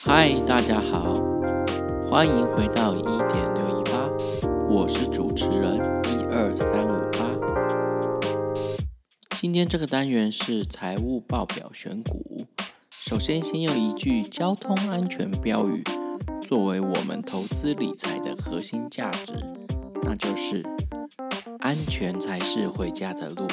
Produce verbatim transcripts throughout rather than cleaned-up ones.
嗨，大家好，欢迎回到一点六一八，我是主持人一二三五八。今天这个单元是财务报表选股。首先，先用一句交通安全标语作为我们投资理财的核心价值，那就是安全才是回家的路。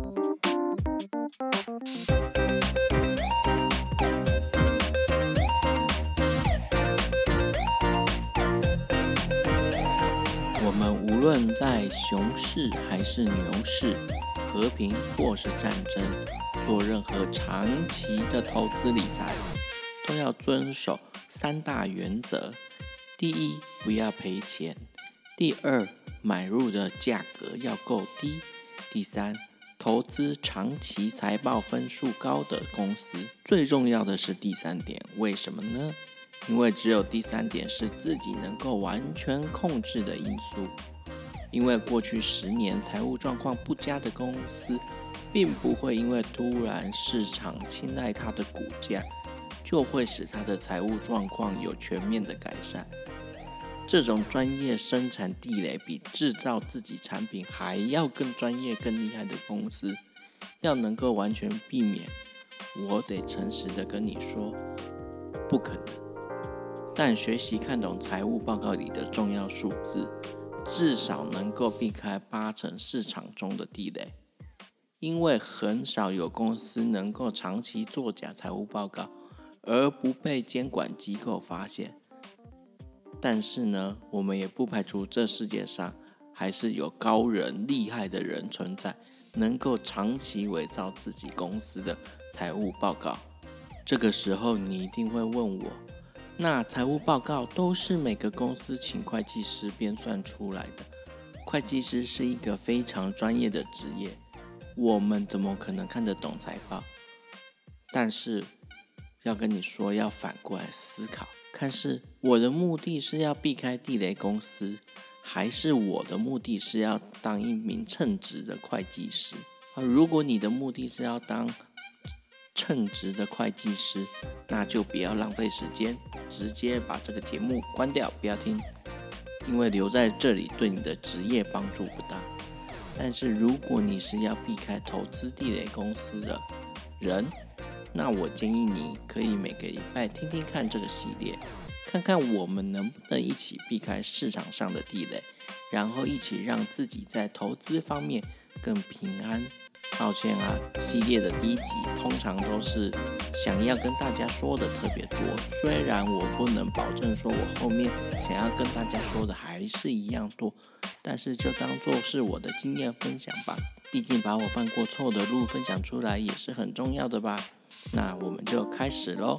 我们无论在熊市还是牛市，和平或是战争，做任何长期的投资理财，都要遵守三大原则：第一，不要赔钱；第二，买入的价格要够低；第三，投资长期财报分数高的公司。最重要的是第三点，为什么呢？因为只有第三点是自己能够完全控制的因素。因为过去十年财务状况不佳的公司，并不会因为突然市场青睐它的股价，就会使它的财务状况有全面的改善。这种专业生产地雷比制造自己产品还要更专业更厉害的公司，要能够完全避免，我得诚实的跟你说，不可能。但学习看懂财务报告里的重要数字，至少能够避开八成市场中的地雷。因为很少有公司能够长期作假财务报告而不被监管机构发现。但是呢，我们也不排除这世界上还是有高人厉害的人存在，能够长期伪造自己公司的财务报告。这个时候你一定会问我，那财务报告都是每个公司请会计师编算出来的，会计师是一个非常专业的职业，我们怎么可能看得懂财报？但是要跟你说，要反过来思考，看是我的目的是要避开地雷公司，还是我的目的是要当一名称职的会计师？如果你的目的是要当称职的会计师，那就不要浪费时间，直接把这个节目关掉，不要听，因为留在这里对你的职业帮助不大。但是如果你是要避开投资地雷公司的人，那我建议你可以每个礼拜听听看这个系列，看看我们能不能一起避开市场上的地雷，然后一起让自己在投资方面更平安。抱歉啊，系列的第一集通常都是想要跟大家说的特别多，虽然我不能保证说我后面想要跟大家说的还是一样多，但是就当作是我的经验分享吧，毕竟把我犯过错的路分享出来也是很重要的吧。那我们就开始咯。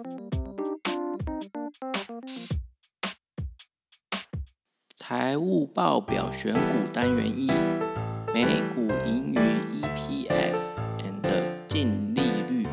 财务报表选股单元一，每股盈余 E P S and 净利率。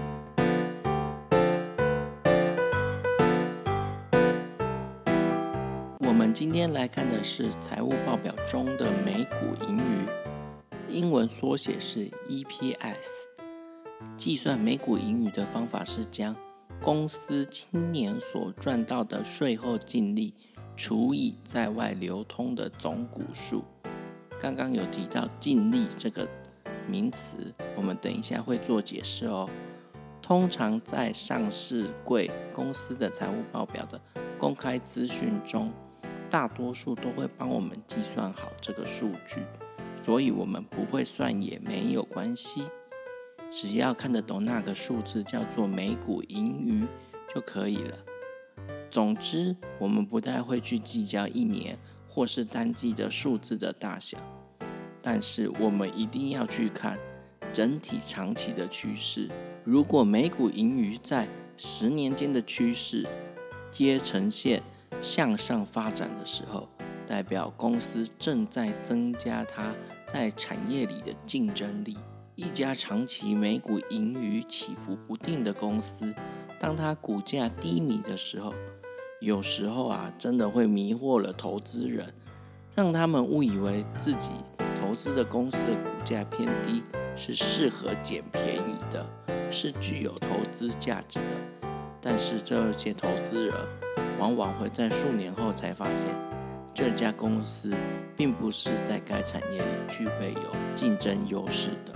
我们今天来看的是财务报表中的每股盈余，英文缩写是 E P S。 计算每股盈余的方法是将公司今年所赚到的税后净利除以在外流通的总股数。刚刚有提到净利这个名词，我们等一下会做解释哦。通常在上市柜公司的财务报表的公开资讯中，大多数都会帮我们计算好这个数据，所以我们不会算也没有关系，只要看得懂那个数字叫做每股盈余就可以了。总之，我们不太会去计较一年或是单季的数字的大小，但是我们一定要去看整体长期的趋势。如果每股盈余在十年间的趋势皆呈现向上发展的时候，代表公司正在增加它在产业里的竞争力。一家长期每股盈余起伏不定的公司，当它股价低迷的时候，有时候啊，真的会迷惑了投资人，让他们误以为自己投资的公司的股价偏低，是适合捡便宜的，是具有投资价值的。 但是这些投资人往往会在数年后才发现，这家公司并不是在该产业里具备有竞争优势的。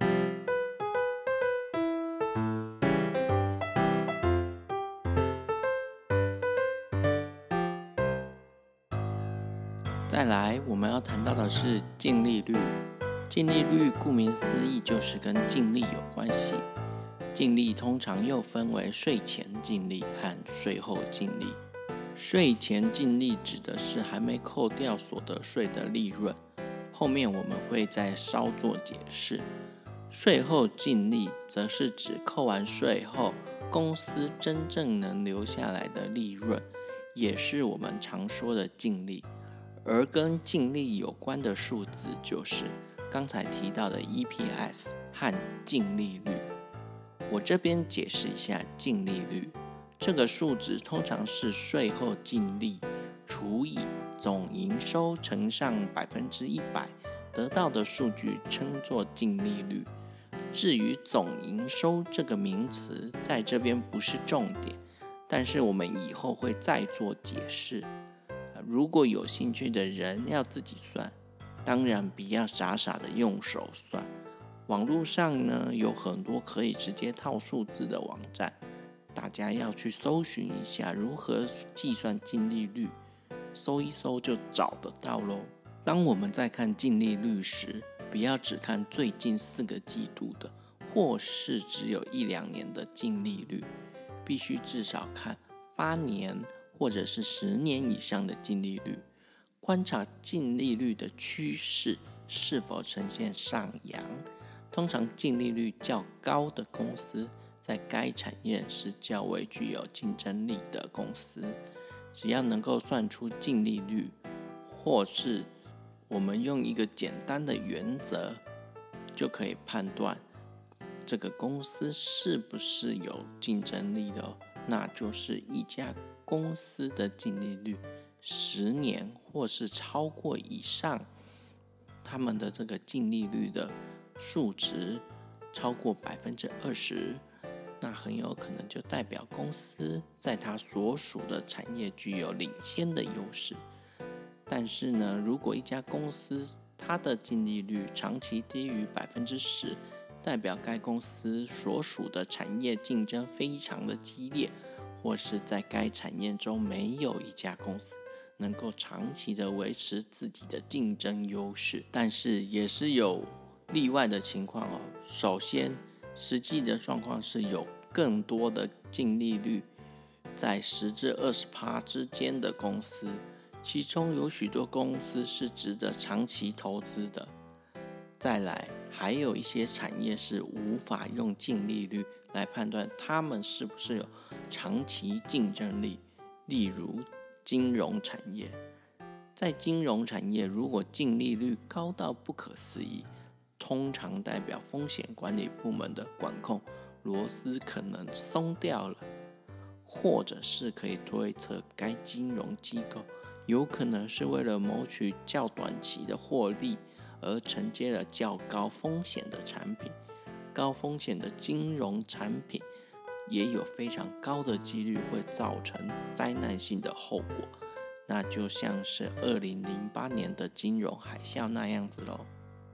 再来，我们要谈到的是净利率。净利率顾名思义就是跟净利有关系。净利通常又分为税前净利和税后净利。税前净利指的是还没扣掉所得税的利润，后面我们会再稍作解释。税后净利则是指扣完税后，公司真正能留下来的利润，也是我们常说的净利。而跟净利有关的数字就是刚才提到的 E P S 和净利率。我这边解释一下净利率，这个数值通常是税后净利除以总营收乘上百分之一百，得到的数据称作净利率。至于总营收这个名词，在这边不是重点，但是我们以后会再做解释。如果有兴趣的人要自己算，当然不要傻傻的用手算。网络上呢有很多可以直接套数字的网站，大家要去搜寻一下如何计算净利率，搜一搜就找得到咯。当我们在看净利率时，不要只看最近四个季度的，或是只有一两年的净利率，必须至少看八年或者是十年以上的净利率，观察净利率的趋势是否呈现上扬。通常净利率较高的公司，在该产业是较为具有竞争力的公司。只要能够算出净利率，或是我们用一个简单的原则，就可以判断这个公司是不是有竞争力的，那就是一家公司的净利率十年或是超过以上，他们的这个净利率的数值超过百分之二十，那很有可能就代表公司在它所属的产业具有领先的优势。但是呢，如果一家公司它的净利率长期低于百分之十，代表该公司所属的产业竞争非常的激烈，或是在该产业中没有一家公司能够长期的维持自己的竞争优势。但是也是有例外的情况哦。首先，实际的状况是有更多的净利率在百分之十至百分之二十 之间的公司，其中有许多公司是值得长期投资的。再来，还有一些产业是无法用净利率来判断他们是不是有长期竞争力，例如金融产业。在金融产业，如果净利率高到不可思议，通常代表风险管理部门的管控螺丝可能松掉了，或者是可以推测该金融机构有可能是为了谋取较短期的获利而承接了较高风险的产品。高风险的金融产品也有非常高的几率会造成灾难性的后果，那就像是二零零八年的金融海啸那样子咯。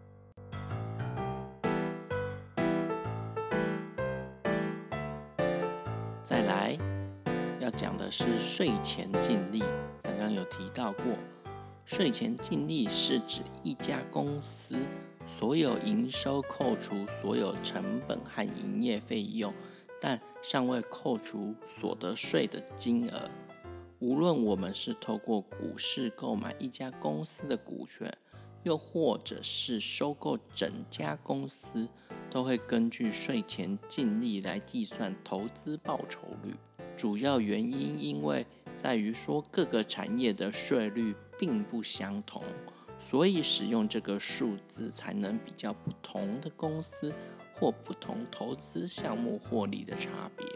再来要讲的是税前净利，刚刚有提到过，税前净利是指一家公司所有营收扣除所有成本和营业费用，但尚未扣除所得税的金额。无论我们是透过股市购买一家公司的股权，又或者是收购整家公司，都会根据税前净利来计算投资报酬率。主要原因因为在于说各个产业的税率并不相同，所以使用这个数字才能比较不同的公司或不同投资项目获利的差别。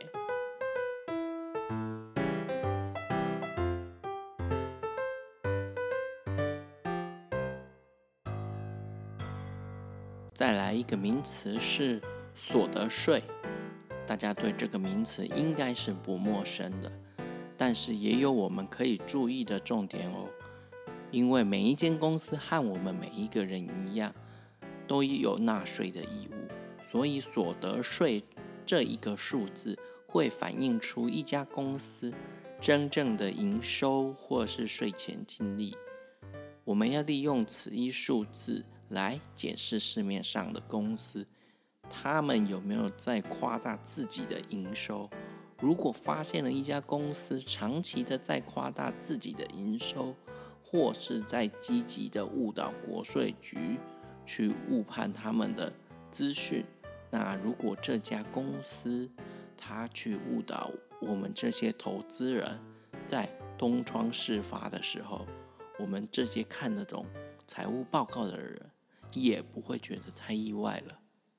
再来一个名词是所得税。 大家对这个名词应该是不陌生的，但是也有我们可以注意的重点哦。因为每一间公司和我们每一个人一样，都有纳税的义务，所以所得税这一个数字会反映出一家公司真正的营收或是税前净利。我们要利用此一数字来检视市面上的公司，他们有没有在夸大自己的营收。如果发现了一家公司长期的在夸大自己的营收，或是在积极的误导国税局去误判他们的资讯，那如果这家公司他去误导我们这些投资人，在东窗事发的时候，我们这些看得懂财务报告的人也不会觉得太意外了。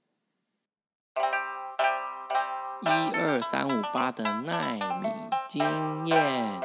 一二三五八的奈米经验，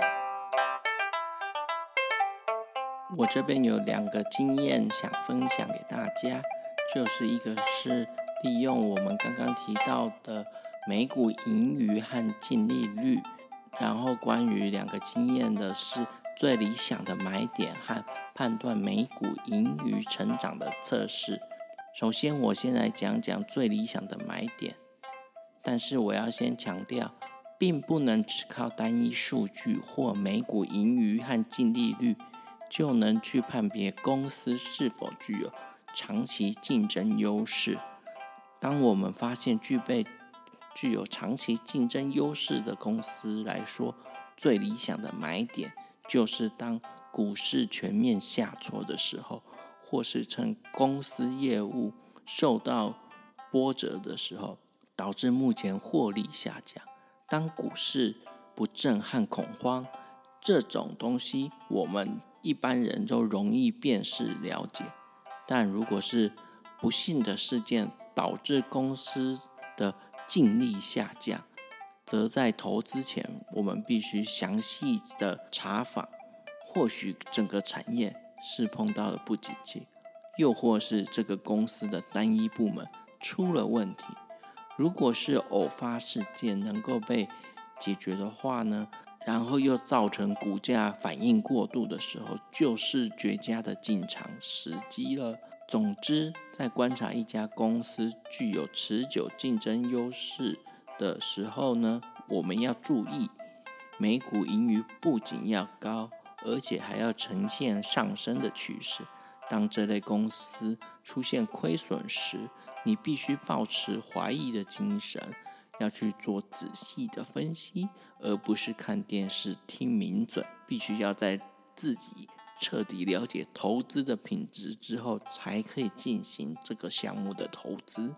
我这边有两个经验想分享给大家，就是一个是利用我们刚刚提到的每股盈余和净利率，然后关于两个经验的是最理想的买点和判断每股盈余成长的测试。首先我先来讲讲最理想的买点，但是我要先强调，并不能只靠单一数据或每股盈余和净利率就能去判别公司是否具有长期竞争优势。当我们发现具备具有长期竞争优势的公司来说，最理想的买点就是当股市全面下挫的时候，或是趁公司业务受到波折的时候，导致目前获利下降。当股市不振和恐慌，这种东西我们一般人都容易辨识了解，但如果是不幸的事件导致公司的净利下降，则在投资前我们必须详细的查访，或许整个产业是碰到了不景气，又或是这个公司的单一部门出了问题。如果是偶发事件能够被解决的话呢，然后又造成股价反应过度的时候，就是绝佳的进场时机了。总之，在观察一家公司具有持久竞争优势的时候呢，我们要注意每股盈余不仅要高，而且还要呈现上升的趋势。当这类公司出现亏损时，你必须保持怀疑的精神，要去做仔细的分析，而不是看电视听名嘴。必须要在自己彻底了解投资的品质之后，才可以进行这个项目的投资。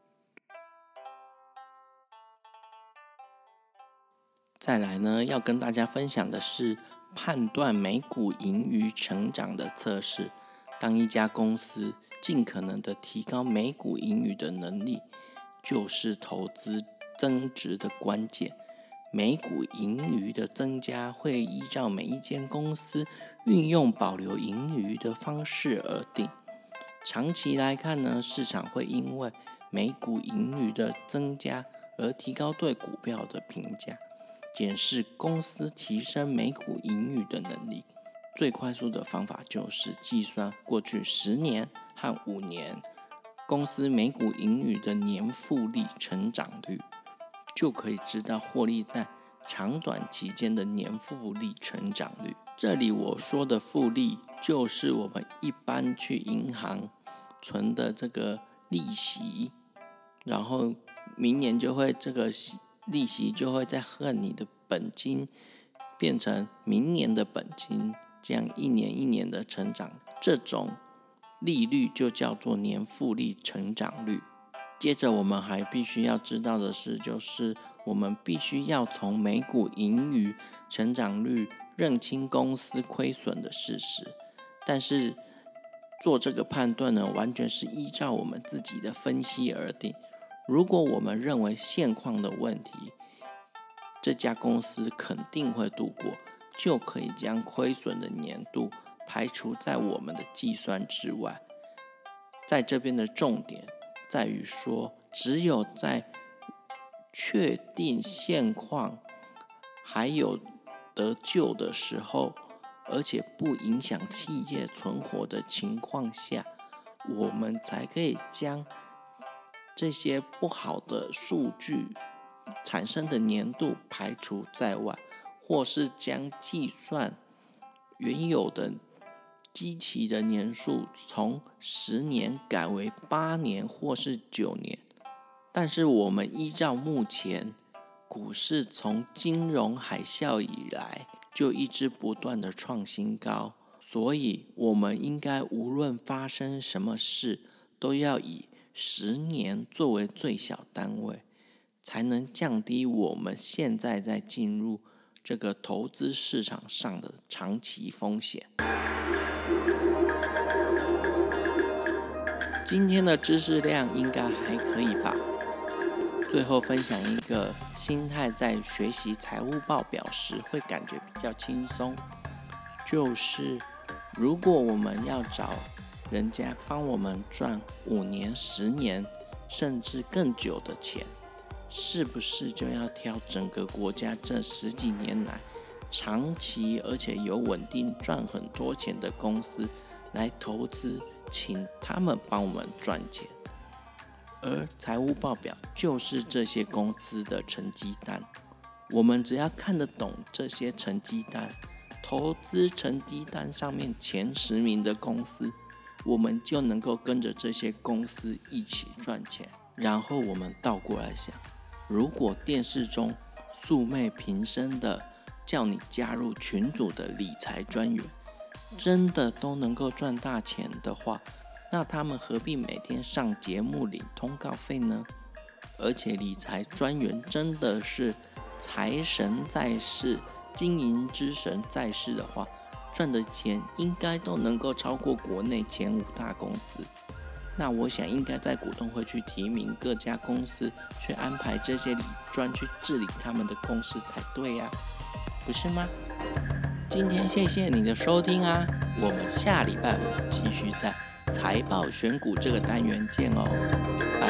再来呢，要跟大家分享的是判断每股盈余成长的测试。当一家公司尽可能的提高每股盈余的能力，就是投资增值的关键。每股盈余的增加会依照每一间公司运用保留盈余的方式而定。长期来看呢，市场会因为每股盈余的增加而提高对股票的评价。检视公司提升每股盈余的能力，最快速的方法就是计算过去十年和五年公司每股盈余的年复利成长率，就可以知道获利在长短期间的年复利成长率。这里我说的复利，就是我们一般去银行存的这个利息，然后明年就会这个利息就会再和你的本金变成明年的本金，这样一年一年的成长，这种利率就叫做年复利成长率。接着我们还必须要知道的是，就是我们必须要从每股盈余成长率认清公司亏损的事实。但是做这个判断呢，完全是依照我们自己的分析而定。如果我们认为现况的问题，这家公司肯定会度过，就可以将亏损的年度排除在我们的计算之外。在这边的重点在于说，只有在确确定现况还有得救的时候，而且不影响企业存活的情况下，我们才可以将这些不好的数据产生的年度排除在外，或是将计算原有的基期的年数从十年改为八年或是九年。但是我们依照目前股市从金融海啸以来就一直不断的创新高，所以我们应该无论发生什么事，都要以十年作为最小单位，才能降低我们现在在进入这个投资市场上的长期风险。今天的知识量应该还可以吧？最后分享一个心态，在学习财务报表时会感觉比较轻松，就是如果我们要找人家帮我们赚五年、十年甚至更久的钱，是不是就要挑整个国家这十几年来长期而且有稳定赚很多钱的公司来投资，请他们帮我们赚钱？而财务报表就是这些公司的成绩单，我们只要看得懂这些成绩单，投资成绩单上面前十名的公司，我们就能够跟着这些公司一起赚钱。然后我们倒过来想，如果电视中素昧平生的叫你加入群组的理财专员真的都能够赚大钱的话，那他们何必每天上节目领通告费呢？而且理财专员真的是财神在世、经营之神在世的话，赚的钱应该都能够超过国内前五大公司。那我想应该在股东会去提名各家公司，去安排这些理专去治理他们的公司才对啊，不是吗？今天谢谢你的收听啊，我们下礼拜五继续在财报选股这个单元见哦。